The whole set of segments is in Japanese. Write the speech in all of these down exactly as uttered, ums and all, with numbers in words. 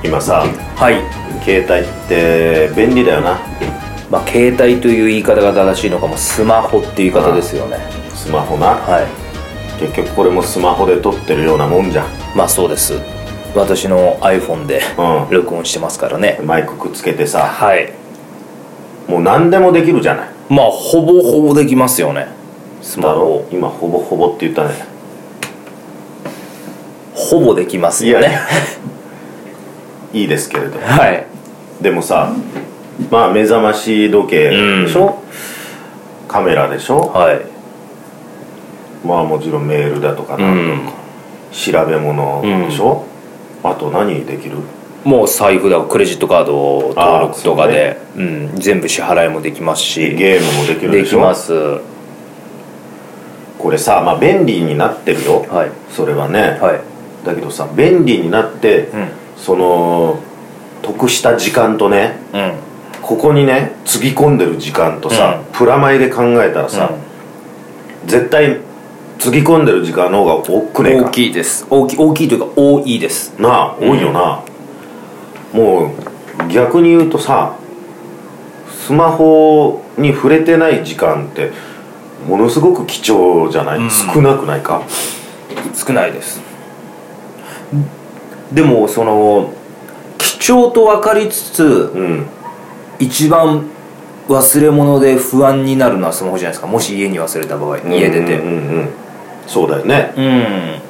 今さ、 はい、 携帯って便利だよな。 まあ、携帯という言い方が正しいのかも、スマホっていう言い方ですよね。 スマホな、 はい、 結局これもスマホで撮ってるようなもんじゃん。 まあそうです。私の iPhone でうん録音してますからね。 マイクくっつけてさ、 はい、 もう何でもできるじゃない。 まあほぼほぼできますよね、スマだろホ。 今ほぼほぼって言ったね。 ほぼできますよね。 いやいいですけれど、 はい。 でもさ、まあ目覚まし時計でしょ、 うんカメラでしょ、 はい。 まあもちろんメールだとかな、 うん調べ物でしょ、あと何できる？ もう財布だ、クレジットカード登録とかで、 あう、ん、全部支払いもできますし、 ゲームもできるでしょ。 できます。 これさ、まあ便利になってるよ、 はいそれはね、 はい。 だけどさ、便利になって、 うんその得した時間とね、 うんここにねつぎ込んでる時間とさ、 うんプラマイで考えたらさ、絶対つぎ込んでる時間の方が多くねえか。 大きいです。大きい大きいというか多いです。 なあ、多いよな、もう逆に言うとさ、スマホに触れてない時間ってものすごく貴重じゃない、 うん少なくないか。 少ないです。でもその貴重と分かりつつ、 うん一番忘れ物で不安になるのはスマホじゃないですか。もし家に忘れた場合、家出て、 うんうんうんうん、そうだよね。 うん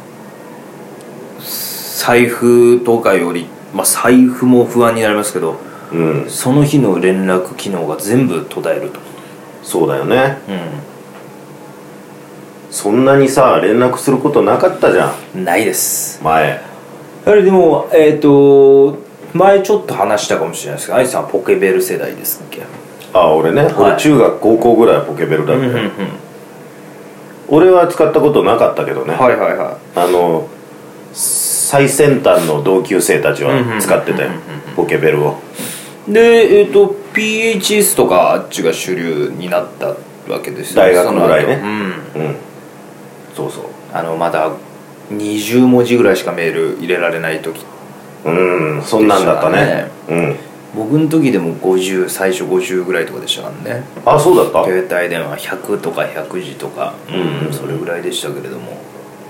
財布とかより、まあ財布も不安になりますけど、 うんその日の連絡機能が全部途絶えると。 そうだよね。 うそんなにさ連絡することなかったじゃんん、ないです。 前。 やはりでもえっ、と前ちょっと話したかもしれないですけど、愛さんはポケベル世代ですっけ？ あ、俺ね、 はい俺中学高校ぐらいはポケベルだったよ、 うんうんうん、 俺は使ったことなかったけどね、 はいはいはあの最先端の同級生たちは使ってたよ、ポケベルを。 い。でえっ、と ピーエイチエス とかあっちが主流になったわけですよ大学ぐらいね。 その後うんうん、そうそう。 あのまだにじゅうもじぐらいしかメール入れられない時、 うん、そんなんだったね。うん僕の時でもごじゅう、最初ごじゅうぐらいとかでしたからね。 あ、そうだった。 携帯電話ひゃくとかひゃくじとか、 うんうん、それぐらいでしたけれども、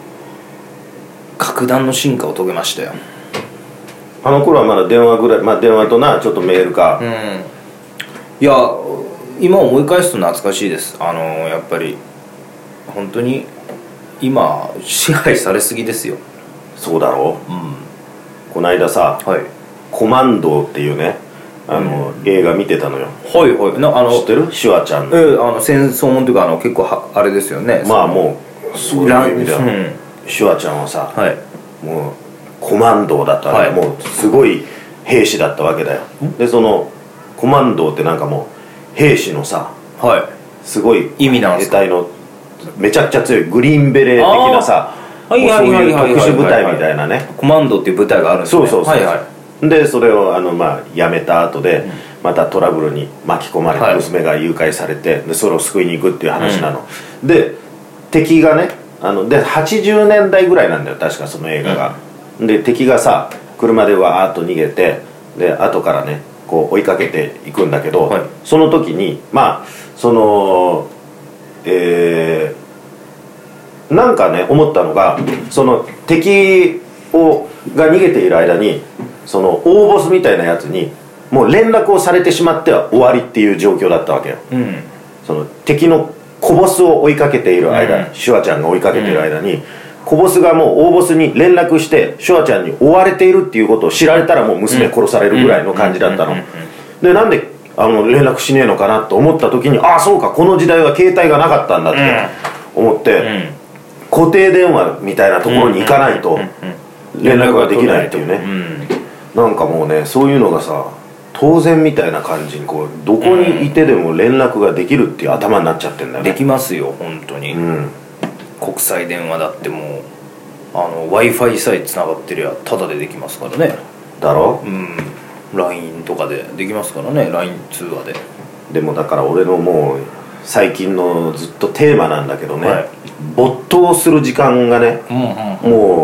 格段の進化を遂げましたよ。 あの頃はまだ電話ぐらい、まあ電話となちょっとメールか、 うん、いや今思い返すと懐かしいです。あのやっぱり本当に今支配されすぎですよ。 そうだろう、 うん、 この間さ、 はいコマンドっていうね、あの、うん、映画見てたのよ。 はいはい。なあの知ってる？シュワちゃんの、 えー、あの戦争もんというか、あの結構はあれですよね。 まあもうそういう意味では、 うん、 シュワちゃんはさ、 はい、 もうコマンドだったわけ、はい、もうすごい兵士だったわけだよ。でそのコマンドってなんかもう兵士のさ、 はい、 すごい意味なんですか？ 兵隊のめちゃくちゃ強いグリーンベレー的なさ、そういう特殊部隊みたいなね、 コマンドっていう部隊があるんですね。 そうそうそう、 はいはい、 でそれをあの、まあ、辞めた後で、うん、またトラブルに巻き込まれて、はい、娘が誘拐されて、でそれを救いに行くっていう話なの、うん、で敵がね、あのではちじゅうねんだいぐらいなんだよ確かその映画が、うん、で敵がさ車でわーっと逃げて、で後からねこう追いかけていくんだけど、はい、その時にまあそのえー、なんかね思ったのが、その敵をが逃げている間にその大ボスみたいなやつにもう連絡をされてしまっては終わりっていう状況だったわけよ、うん、その敵の小ボスを追いかけている間、うん、シュワちゃんが追いかけている間に、うん、小ボスがもう大ボスに連絡してシュワちゃんに追われているっていうことを知られたらもう娘殺されるぐらいの感じだったので、なんであの連絡しねえのかなと思った時に、ああそうかこの時代は携帯がなかったんだって思って、うん、固定電話みたいなところに行かないと連絡ができないっていうね、うん、なんかもうねそういうのがさ当然みたいな感じにこうどこにいてでも連絡ができるっていう頭になっちゃってんだよね。 できますよ本当に、うん、国際電話だってもうあの Wi-Fi さえつながってりゃタダでできますからね。 だろ、 うん、ライン とかでできますからね、 ライン 通話で。 でもだから俺のもう最近のずっとテーマなんだけどね、はい、没頭する時間がね、 うんうん、 もう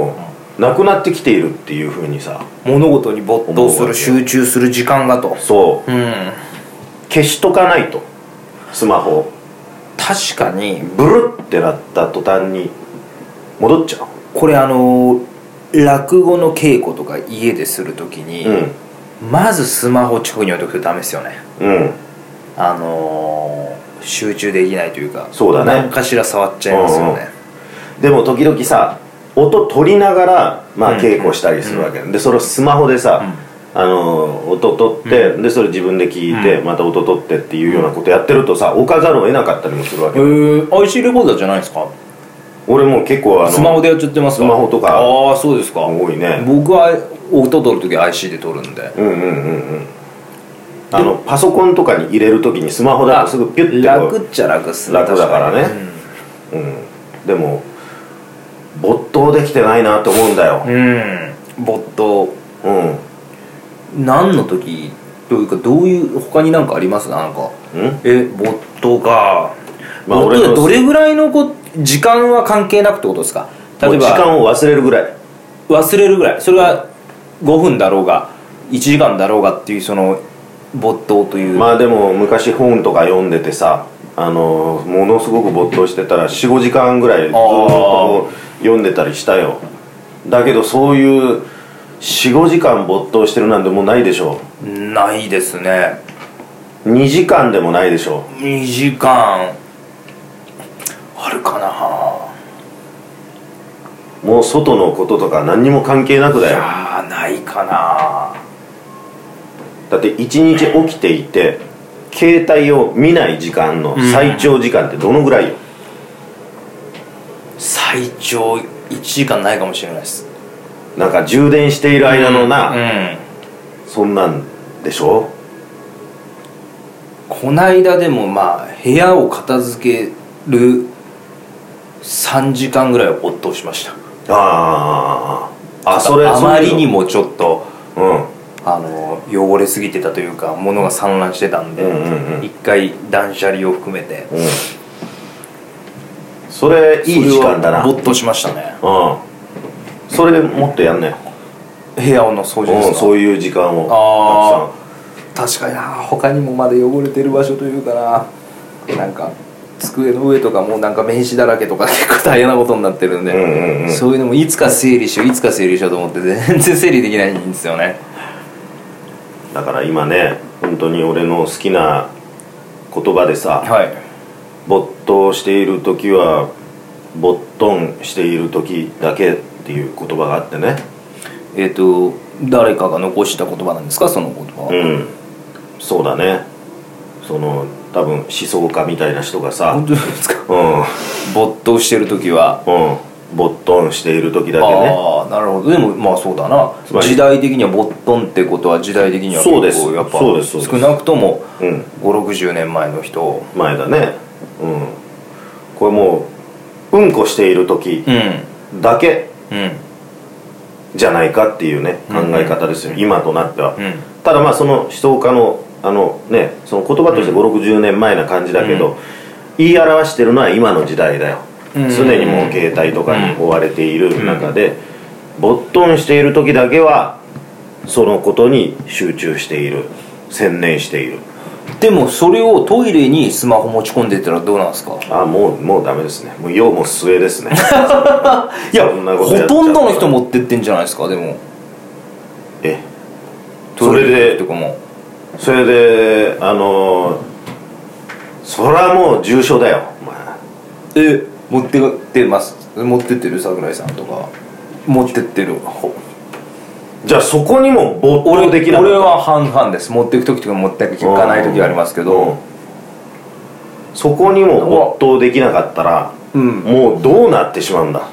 なくなってきているっていうふうにさ、 物事に没頭する集中する時間がと。 そう、 うん、 消しとかないとスマホ確かにブルってなった途端に戻っちゃう。 これあの落語の稽古とか家でするときに、うん、まずスマホ近くに置いとくとダメですよね。うんあのー、集中できないというか、 そうだね、 何かしら触っちゃいますよね、 うんうん、でも時々さ音取りながら、まあ、稽古したりするわけ、うん、でそれをスマホでさ、うん、あのー、音取って、うん、でそれ自分で聞いて、うん、また音取ってっていうようなことやってるとさ、置かざるを得なかったりもするわけ。へえー、アイシー レコーダーじゃないですか？ 俺も結構あのスマホでやっちゃってますか？ スマホとかああそうですか。 多いね。 僕は音取るときは アイシー で取るんで、 うんうんうんうんあのパソコンとかに入れるときにスマホだとすぐピュッて楽っちゃ楽っすね。 楽だからね、うん、うん、でも没頭できてないなと思うんだよ。 うん没頭うん何の時というかどういう他に何かあります？なんかんえ没頭か、まあ、俺のどれぐらいのこ時間は関係なくってことですか？ 例えば時間を忘れるぐらい忘れるぐらい、それはごふんだろうがいちじかんだろうがっていうその没頭という。 まあでも昔本とか読んでてさ、あのものすごく没頭してたら よん,ご 時間ぐらいずっと読んでたりしたよ。だけどそういう よん,ご 時間没頭してるなんてもうないでしょ。 ないですね。 にじかんでもないでしょ。 にじかんあるかな。 もう外のこととか何にも関係なくだよ。いやないかな。 だって一日起きていて携帯を見ない時間の最長時間ってどのぐらいよ、うん、 最長いちじかんないかもしれないです。 なんか充電している間のな、うんうん、そんなんでしょ。 こないだでもまあ部屋を片付けるさんじかんぐらいを没頭しました。 あああそれあまりにもちょっと、 うん、 あの汚れすぎてたというか物が散乱してたんで、うんうんうん、一回断捨離を含めて、うん、 それいい時間だな。 没頭しましたね。 うん、それでもっとやんね。 部屋の掃除ですか？ うん、そういう時間をあたくさん。確かにな。他にもまだ汚れてる場所というかな、なんか机の上とかもなんか名刺だらけとか結構大変なことになってるんで、うんうんうん、そういうのもいつか整理しよういつか整理しようと思って全然整理できないんですよね。 だから今ね本当に俺の好きな言葉でさ、はい、没頭している時は没頭している時だけっていう言葉があってね。 えっと誰かが残した言葉なんですかその言葉は？ うんそうだね。その多分思想家みたいな人がさ。 本当ですか？ うん没頭してる時はうん没頭している時だけね。 ああなるほど。でもまあそうだな、時代的には没頭ってことは時代的には結構やっぱ少なくともごじゅうろくじゅうねんまえの人前だね。うんこれもううんこしている時だけ、うんうんじゃないかっていうね考え方ですよ、うん、今となっては、うん、ただまあその思想家のあのねその言葉としてごじゅうろくじゅうねんまえな感じだけど、うん、言い表してるのは今の時代だよ、うん、常にもう携帯とかに追われている中で、うん、没頭している時だけはそのことに集中している専念している。 でもそれをトイレにスマホ持ち込んでたらどうなんですか？ あもうもうダメですね。もう世も末ですねいやほとんどの人持ってってんじゃないですか。でもえそれでとかもそれであのそりゃもう重症だよお前。 え持ってってます持ってってる桜井さんとか持ってってる。 じゃあそこにも没頭できない。 俺は半々です。持っていく時とか持っていかない時はありますけど、うん、 そこにも没頭できなかったら、うん、もうどうなってしまうんだ。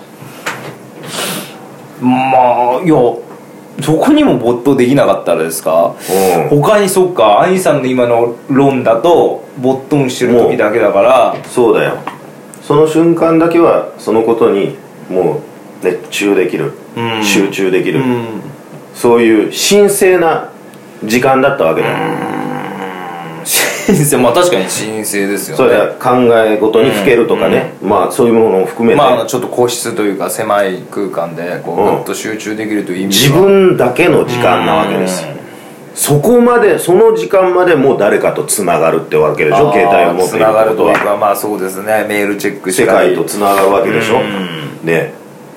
まあいやそこにも没頭できなかったらですか、うん、他にそっか兄さんの今の論だと没頭してる時だけだからそうだよ。その瞬間だけはそのことにもう熱中できる、うん、集中できる、うんそういう神聖な時間だったわけだよ。 神聖、まあ確かに神聖ですよね。 それは考え事にふけるとかね、うんうん、まあそういうものを含めて、 まあちょっと個室というか狭い空間でこうぐっと集中できるという意味では、うん、自分だけの時間なわけです。そこまでその時間までもう誰かとつながるってわけでしょ。携帯を持っているってことはつながるというか、まあそうですね、メールチェックして世界とつながるわけでしょ。で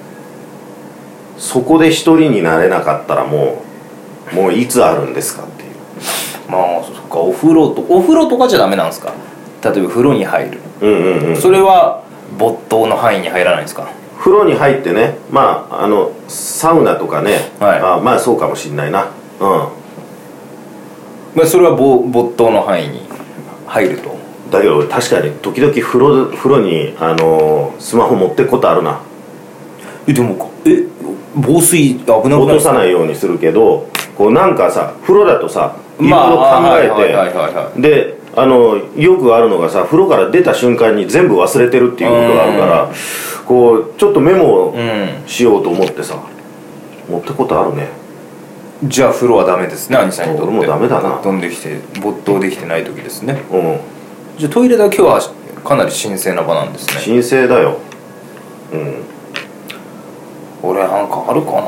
そこで一人になれなかったらもうもういつあるんですかっていう。 まあそっか、お風呂とお風呂とかじゃダメなんですか。例えば風呂に入る、うんうんうん、それは没頭の範囲に入らないんですか。 風呂に入ってね、まああのサウナとかね、はい、あまあそうかもしんないな。うん、 まあ、それは没頭の範囲に入ると。 だけど確かに時々風呂風呂にあのスマホ持ってくことあるな。 えでもえ防水危なくないですか。 落とさないようにするけど、こうなんかさ風呂だとさいろいろ考えて、であのよくあるのがさ、風呂から出た瞬間に全部忘れてるっていうことがあるから、こうちょっとメモしようと思ってさ、持ってくことあるね。 じゃあ風呂はダメですね、兄さんにとって。 俺もダメだな。 飛んできて没頭できてない時ですね。うん。じゃあトイレだけはかなり神聖な場なんですね。 神聖だよ。うん。 俺なんかあるかな。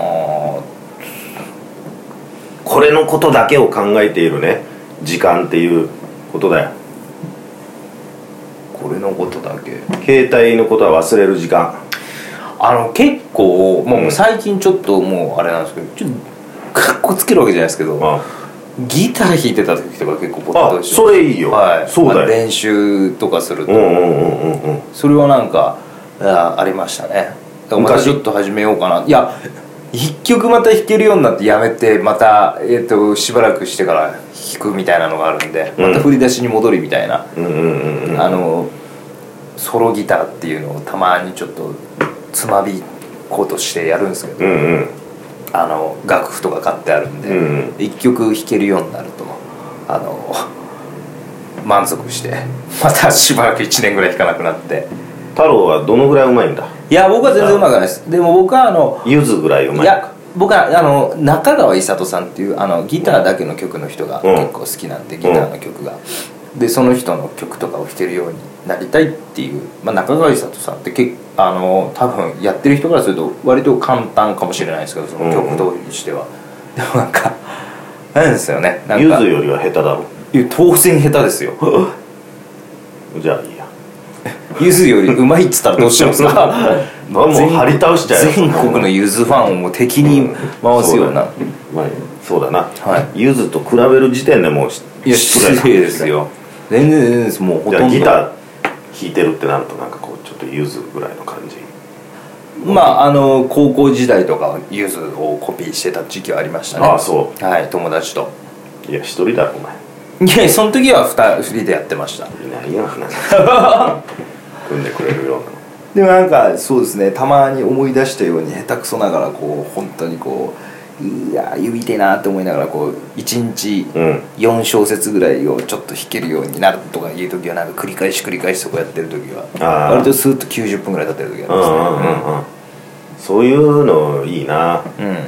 これのことだけを考えているね時間っていうことだよ。 これのことだけ。 携帯のことは忘れる時間。 あの結構もう最近ちょっともうあれなんですけど、ちょっとかっこつけるわけじゃないですけど、ああギター弾いてた時とか結構ポッとしそれいいよ、はい、そうだよ、まあ、 練習とかすると、うんうんうんうん、それはなんか あ, ありましたね。だからまたちょっと始めようかな。いや一曲また弾けるようになってやめてまた、えー、としばらくしてから弾くみたいなのがあるんで、また振り出しに戻りみたいな、うんうんうん、あのソロギターっていうのをたまにちょっとつまびこうとしてやるんですけど、うんうん、あの楽譜とか買ってあるんで、うんうん、いっきょく弾けるようになるとあの満足してまたしばらくいちねんぐらい弾かなくなって。 太郎はどのぐらいうまいんだ。 いや僕は全然うまくないです。でも僕はあのゆずぐらいうまい。 いや僕はあの中川勇人さんっていうあのギターだけの曲の人が結構好きなんで、うん、ギターの曲が、うん、でその人の曲とかを弾けるようになりたいっていう、まあ、中川勇人さんって結あの多分やってる人からすると割と簡単かもしれないですけど、その曲通りにしては、うん、でもなんかなんですよね。なんかゆずよりは下手だろ。 いや当然下手ですよじゃあいいや。 ゆずよりうまいっつったらどうしますかもう張り倒しちゃうよ。 全国のゆずファンをもう敵に回すような、 うん、まあ、そうだな、はい、ゆずと比べる時点でもういや失礼ですよ。全然全然です。もうほとんどギター弾いてるってなるとなんかこうちょっとゆずぐらいの感じ。 まああの高校時代とかはゆずをコピーしてた時期はありましたね。 ああそう。 はい、友達と。 いや一人だろお前。 いやその時はふたりでやってました。 いないよ組んでくれるような。 でもなんかそうですね、たまに思い出したように下手くそながらこう本当にこういや指痛いなって思いながらこういちにちよんしょうせつぐらいをちょっと弾けるようになるとかいう時はなんか繰り返し繰り返しそこやってる時は割とスーッときゅうじゅっぷんぐらい経ってる時ありますね。うんうんうんうん、 そういうのいいな。うん、うん、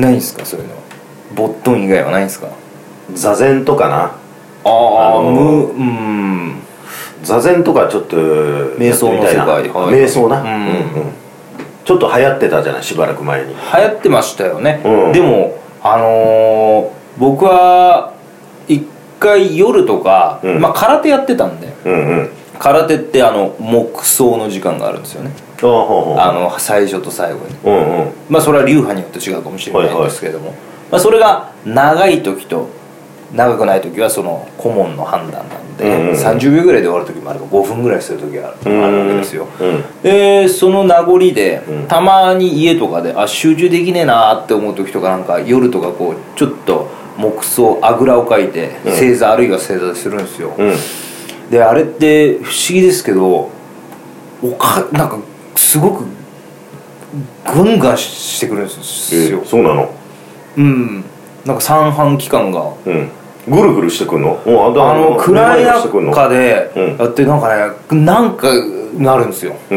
ないんすかそういうの。ボットン以外はないんすか。 座禅とかな。 ああむうん座禅とかちょっと瞑想の世界、はい、 瞑想な、うんうんうん、ちょっと流行ってたじゃない、しばらく前に。 流行ってましたよね、うん、でもあのー、僕は一回夜とか、うん、まあ空手やってたんで、うんうん、空手ってあの黙想の時間があるんですよね、あの最初と最後に、うんうん、まあそれは流派によって違うかもしれないんですけれども、はいはい、まあ、それが長い時と長くない時はその顧問の判断なんで、うんうん、さんじゅうびょうぐらいで終わる時もあればごふんぐらいする時があるわけですよ、うんうん、でその名残で、うん、たまに家とかであ集中できねえなって思う時とかなんか夜とかこうちょっと黙想あぐらをかいて、うん、正座あるいは正座するんですよ、うん、であれって不思議ですけどおかなんかすごくグンガンしてくるんですよ、えー、 そうなの。 うん、なんか三半規管が、うん、 ぐるぐるしてくんの。 あの暗い中でやってなんかねなんかなるんですよ、うん、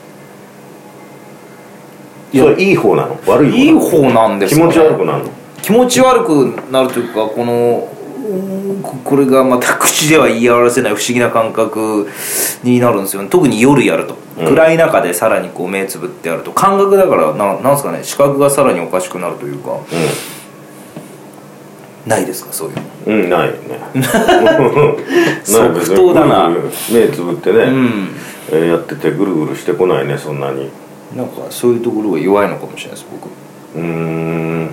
いやそれいい方なの悪い方なの。 いい方なんですよ、ね、 気持ち悪くなるの。 気持ち悪くなるというかこのこれがまた口では言い表せない不思議な感覚になるんですよね。特に夜やると、うん、暗い中でさらにこう目つぶってやると感覚だからな、なんすかね、視覚がさらにおかしくなるというか、うん、ないですかそういうの。 うん、ないよね即答だな。 目つぶってね、うん、えー、やっててぐるぐるしてこないね、そんなに。 なんかそういうところが弱いのかもしれないです僕。 うーん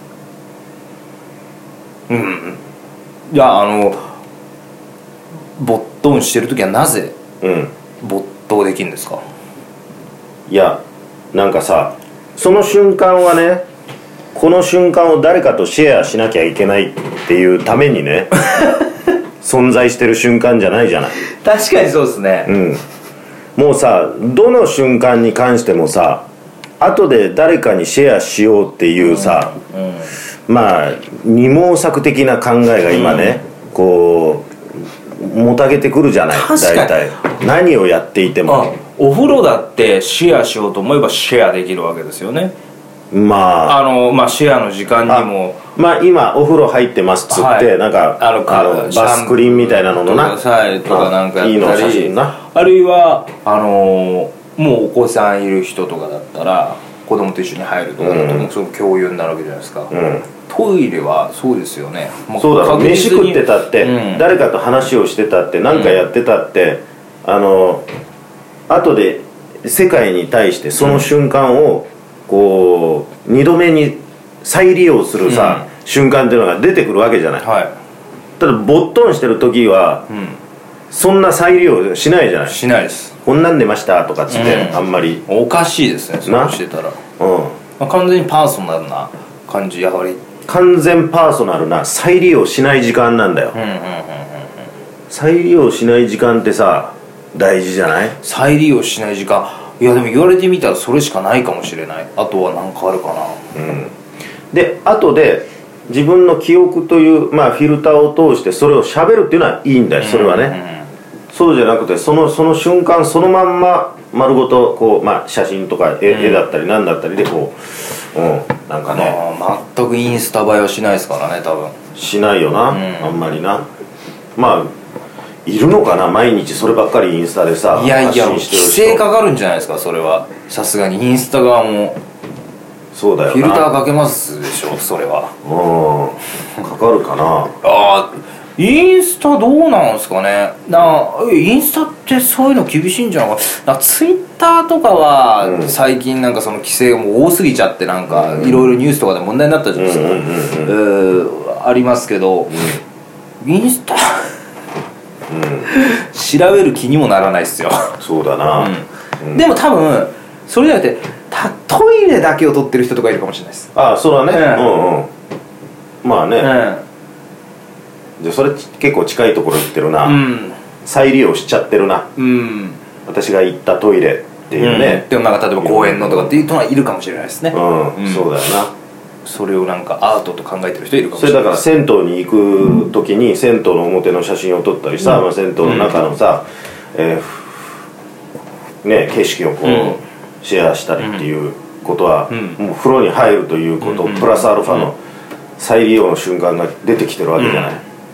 うん、いや、あの没頭してる時はなぜ没頭できるんですか？ いや、なんかさ、その瞬間はね、この瞬間を誰かとシェアしなきゃいけないっていうためにね存在してる瞬間じゃないじゃない。 確かにそうですね。 うん、もうさ、どの瞬間に関してもさ、後で誰かにシェアしようっていうさ、うんうん、まあ二毛作的な考えが今ね、うん、こうもたげてくるじゃない。大体何をやっていても。 お風呂だってシェアしようと思えばシェアできるわけですよね。 まああの、まあ、シェアの時間にも、 まあ今お風呂入ってますっつって、はい、なんかあのあのバスクリーンみたいなののなとかなんかやったり、 いいの写真な、 あるいはあのもうお子さんいる人とかだったら子供と一緒に入るとかだと、もうその共有になるわけじゃないですか、うん、トイレはそうですよね。 もうそうだろ、飯食ってたって、うん、誰かと話をしてたって、何かやってたって、うん、あの後で世界に対してその瞬間をこう二度目に再利用するさ、うん、瞬間っていうのが出てくるわけじゃない、はい、ただボットンしてる時は、うん、そんな再利用しないじゃない。 しないです。 こんなん出ましたとかっつって、うん、あんまりおかしいですね、そうしてたら、うん、まあ、完全にパーソナルな感じ。やはり完全パーソナルな再利用しない時間なんだよ。再利用しない時間ってさ大事じゃない。 再利用しない時間、いやでも言われてみたらそれしかないかもしれない。あとは何かあるかな。 うん、で後で自分の記憶という、まあ、フィルターを通してそれを喋るっていうのはいいんだよ、それはね、うんうん、そうじゃなくてそのその瞬間そのまんま丸ごとこう、まあ、写真とか 絵,、うん、絵だったり何だったりでこう、うん、なんかね、 まあ、全くインスタ映えはしないですからね、多分しないよな、うん、あんまりな。まあいるのかな、毎日そればっかりインスタでさ。 いやいや、規制かかるんじゃないですか、それは。さすがにインスタ側もそうだよな、 フィルターかけますでしょ、それは。 うん、かかるかな。 ああ、インスタどうなんですかね。なインスタってそういうの厳しいんじゃないかな。ツイッターとかは最近なんかその規制がもう多すぎちゃって、なんかいろいろニュースとかで問題になったじゃないですか。ありますけど、うん、インスタうん、調べる気にもならないっすよ。 そうだな、 うんうん、でも多分それじゃなくてトイレだけを撮ってる人とかいるかもしれないです。 ああ、そうだね、うん、うんうん、まあね、うん、じゃあそれ結構近いところ行ってるな、うん、再利用しちゃってるな、うん、私が行ったトイレっていうね、 うん、でもなんか例えば公園のとかっていう人はいるかもしれないですね、 うんうん、そうだよな。 それをなんかアートと考えてる人いるかもしれない。 それだから銭湯に行く時に銭湯の表の写真を撮ったりさ、うん、まあ、銭湯の中のさ、うん、えー、ね、景色をこう、うん、シェアしたりっていうことは、うん、もう風呂に入るということ、うん、プラスアルファの再利用の瞬間が出てきてるわけじゃない、うん、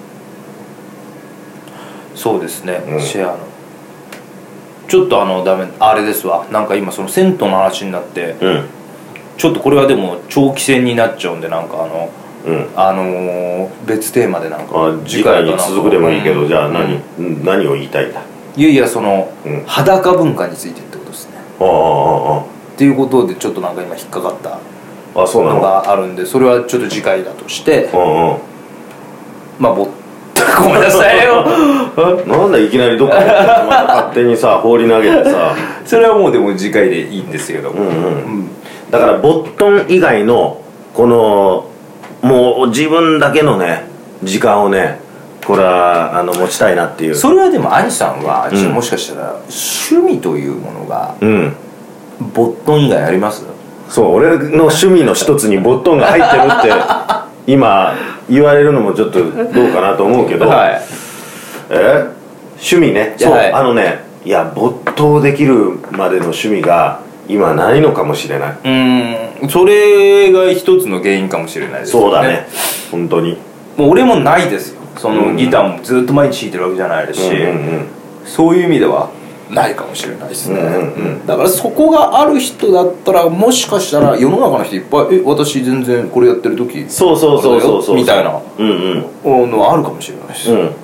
そうですね、うん、シェアのちょっとあのダメ、あれですわ、なんか今その銭湯の話になって、うん、ちょっとこれはでも長期戦になっちゃうんで、なんかあの、うん、あのー、別テーマでなんか次回に続くでもいいけど、うん、じゃあ何、うん、何を言いたいんだ。 いやいや、その、うん、裸文化についてってことですね。ああああっていうことでちょっとなんか今引っかかったのがあるんで、それはちょっと次回だとして、ああ、まあぼごめんなさいよなんだいきなりどっかで勝手にさ放り投げてさそれはもうでも次回でいいんですけど、うんうんうん、 だからボットン以外のこのもう自分だけのね時間をね、これはあの持ちたいなっていう。 それはでも兄さんは、うん、もしかしたら趣味というものが、うん、ボットン以外あります？ そう、俺の趣味の一つにボットンが入ってるって今言われるのもちょっとどうかなと思うけど、はい、え趣味ね、そう、はい、あのね、いや没頭できるまでの趣味が今ないのかもしれない。 うん、それが一つの原因かもしれないですね。 そうだね、本当に。 もう俺もないですよ。 そのギターもずっと毎日弾いてるわけじゃないですし、 うんうんうん、 そういう意味ではないかもしれないですね、 うんうんうん、 だからそこがある人だったらもしかしたら世の中の人いっぱい「え私全然これやってる時そうそうそうそうそうみたいなのはあるかもしれないです、 うん、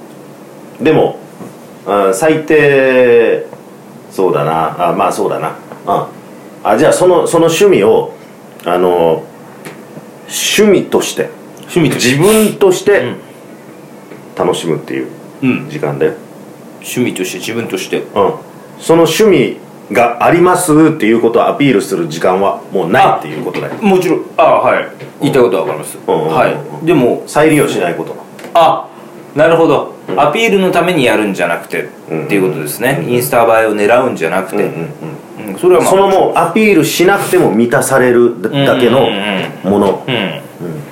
でもあ最低そうだなあまあそうだなああじゃあそのその趣味をあの趣味として趣味として自分として楽しむっていう時間で、うん、 趣味として自分として、 うん、その趣味がありますっていうことをアピールする時間はもうないっていうことだよ。 もちろんあはい言いたいことは分かります、 うんうんうん、 はいでも再利用しないこと。 あなるほど、うん、アピールのためにやるんじゃなくて、うん、っていうことですね、うん、インスタ映えを狙うんじゃなくて、うんうんうん、それは、まあ、そのもうアピールしなくても満たされるだけのもの、うんうんうん、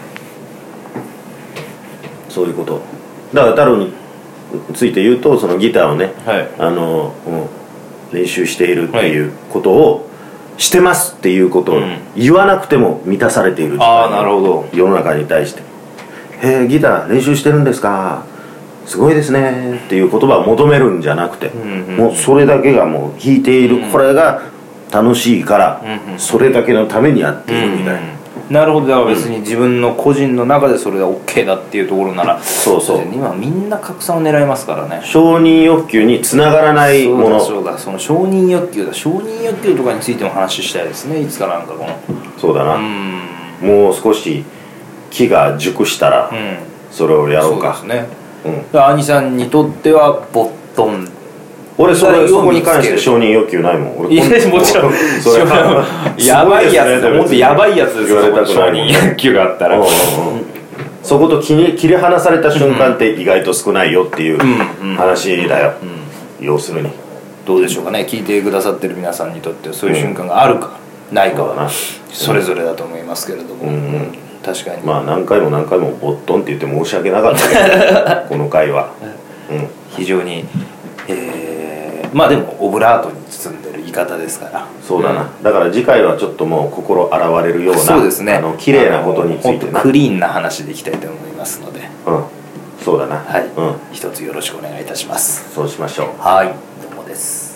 そういうことだから太郎について言うとそのギターをね、はい、あの練習しているっていうことをしてますっていうことを言わなくても満たされている時間、 あなるほど世の中に対して「へえギター練習してるんですかすごいですね」っていう言葉を求めるんじゃなくて、うんうん、もうそれだけがもう弾いている、うん、これが楽しいから、うんうん、それだけのためにやっているみたいな、うんうんなるほどだから別に自分の個人の中でそれが OK だっていうところなら、 そうそう今みんな拡散を狙いますからね承認欲求につながらないものそうだそうだその承認欲求だ承認欲求とかについても話したいですねいつかなんかこのそうだなうんもう少し木が熟したらそれをやろうか、 そうですね、うん、兄さんにとってはボットン俺それそこに関して承認欲求ないもん俺いやもちろんそれやばいやつ本当やばいやつですよ承認欲求があったらうんうん、うん、 そこと切り、切り離された瞬間って意外と少ないよっていう話だよ、うんうん、要するにどうでしょうかね聞いてくださってる皆さんにとってそういう瞬間があるか、うん、ないかはそれぞれだと思いますけれども、うんうん、確かにまあ何回も何回もボットンって言って申し訳なかったけどこの回は、 うん、非常にえーまあでもオブラートに包んでる言い方ですからそうだな、うん、だから次回はちょっともう心洗われるようなそうですねあの綺麗なことについてねクリーンな話でいきたいと思いますのでうんそうだなはい、 うん、 一つよろしくお願いいたしますそうしましょうはいどうもです